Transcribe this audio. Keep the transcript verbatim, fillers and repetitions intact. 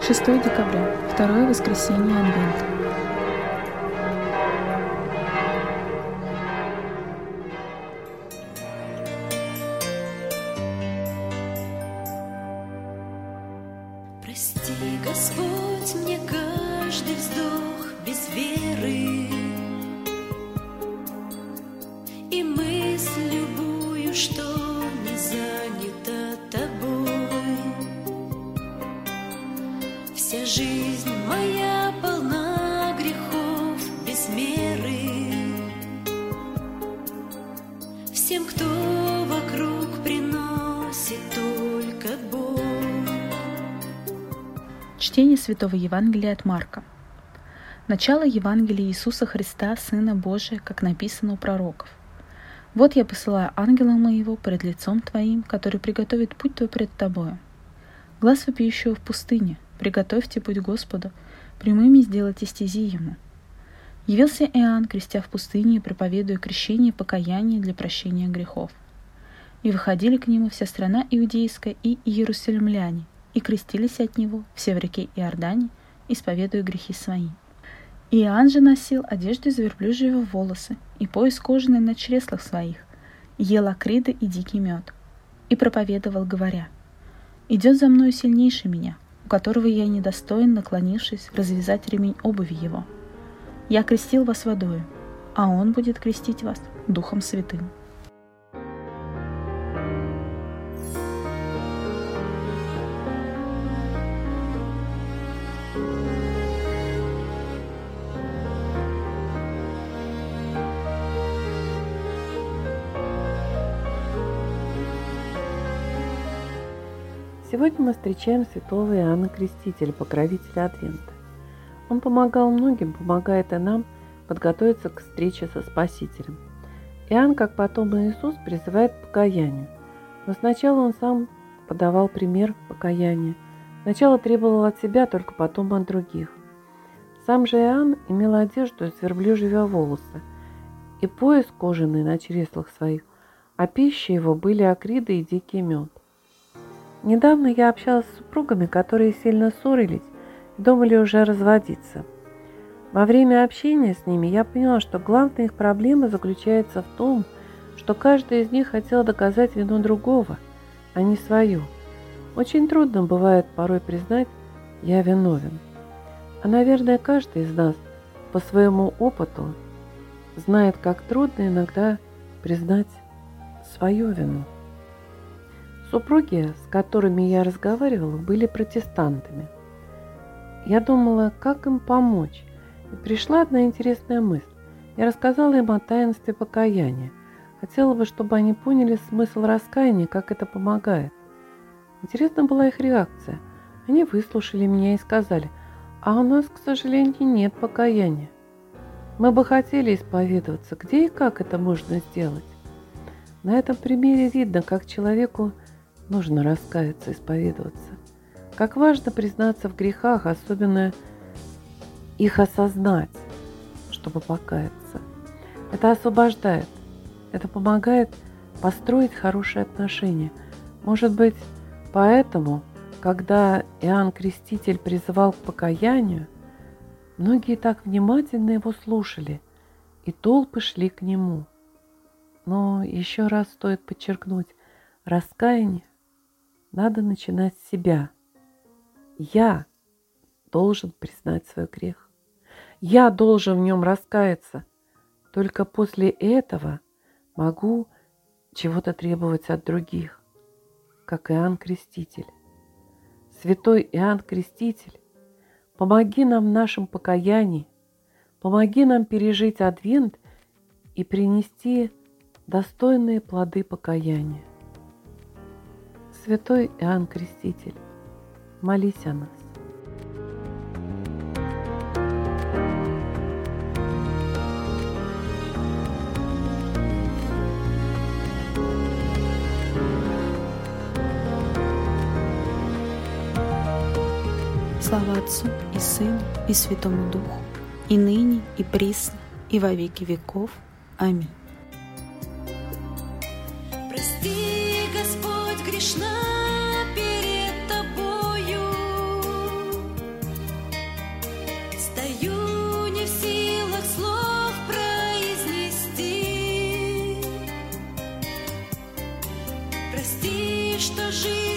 шестое декабря, второе воскресенье Адвента. Прости, Господь, мне каждый вздох без веры и мысль любую, что не занята Тобой. Вся жизнь моя полна грехов без меры. Всем, кто вокруг, приносит только боль. Чтение Святого Евангелия от Марка. Начало Евангелия Иисуса Христа, Сына Божия, как написано у пророков. «Вот я посылаю ангела моего пред лицом твоим, который приготовит путь твой пред тобою. Глас вопиющего в пустыне, приготовьте путь Господу, прямыми сделайте стези ему». Явился Иоанн, крестя в пустыне и проповедуя крещение и покаяние для прощения грехов. И выходили к нему вся страна иудейская и иерусалимляне, и крестились от него все в реке Иордане, исповедуя грехи свои. Иоанн же носил одежду из верблюжьего волосы и пояс кожаный на чреслах своих, и ел акриды и дикий мед, и проповедовал, говоря: «Идет за мною сильнейший меня, у которого я недостоин, наклонившись, развязать ремень обуви его. Я крестил вас водою, а он будет крестить вас Духом Святым». Сегодня мы встречаем святого Иоанна Крестителя, покровителя Адвента. Он помогал многим, помогает и нам подготовиться к встрече со Спасителем. Иоанн, как потомок Иисус, призывает к покаянию. Но сначала он сам подавал пример покаяния. Сначала требовал от себя, только потом от других. Сам же Иоанн имел одежду из верблюжьего волоса и пояс кожаный на чреслах своих, а пищей его были акриды и дикий мед. Недавно я общалась с супругами, которые сильно ссорились и думали уже разводиться. Во время общения с ними я поняла, что главная их проблема заключается в том, что каждый из них хотел доказать вину другого, а не свою. Очень трудно бывает порой признать «я виновен». А, наверное, каждый из нас по своему опыту знает, как трудно иногда признать свою вину. Супруги, с которыми я разговаривала, были протестантами. Я думала, как им помочь, и пришла одна интересная мысль. Я рассказала им о таинстве покаяния. Хотела бы, чтобы они поняли смысл раскаяния, как это помогает. Интересна была их реакция. Они выслушали меня и сказали: «А у нас, к сожалению, нет покаяния. Мы бы хотели исповедоваться. Где и как это можно сделать?» На этом примере видно, как человеку нужно раскаяться, исповедоваться. Как важно признаться в грехах, особенно их осознать, чтобы покаяться. Это освобождает, это помогает построить хорошие отношения. Может быть, поэтому, когда Иоанн Креститель призывал к покаянию, многие так внимательно его слушали, и толпы шли к нему. Но еще раз стоит подчеркнуть, раскаяние надо начинать с себя. Я должен признать свой грех. Я должен в нем раскаяться. Только после этого могу чего-то требовать от других, как Иоанн Креститель. Святой Иоанн Креститель, помоги нам в нашем покаянии, помоги нам пережить Адвент и принести достойные плоды покаяния. Святой Иоанн Креститель, молись о нас. Слава Отцу и Сыну и Святому Духу, и ныне, и присно, и во веки веков. Аминь. Прости, Господь, грешна перед Тобою, жизнь.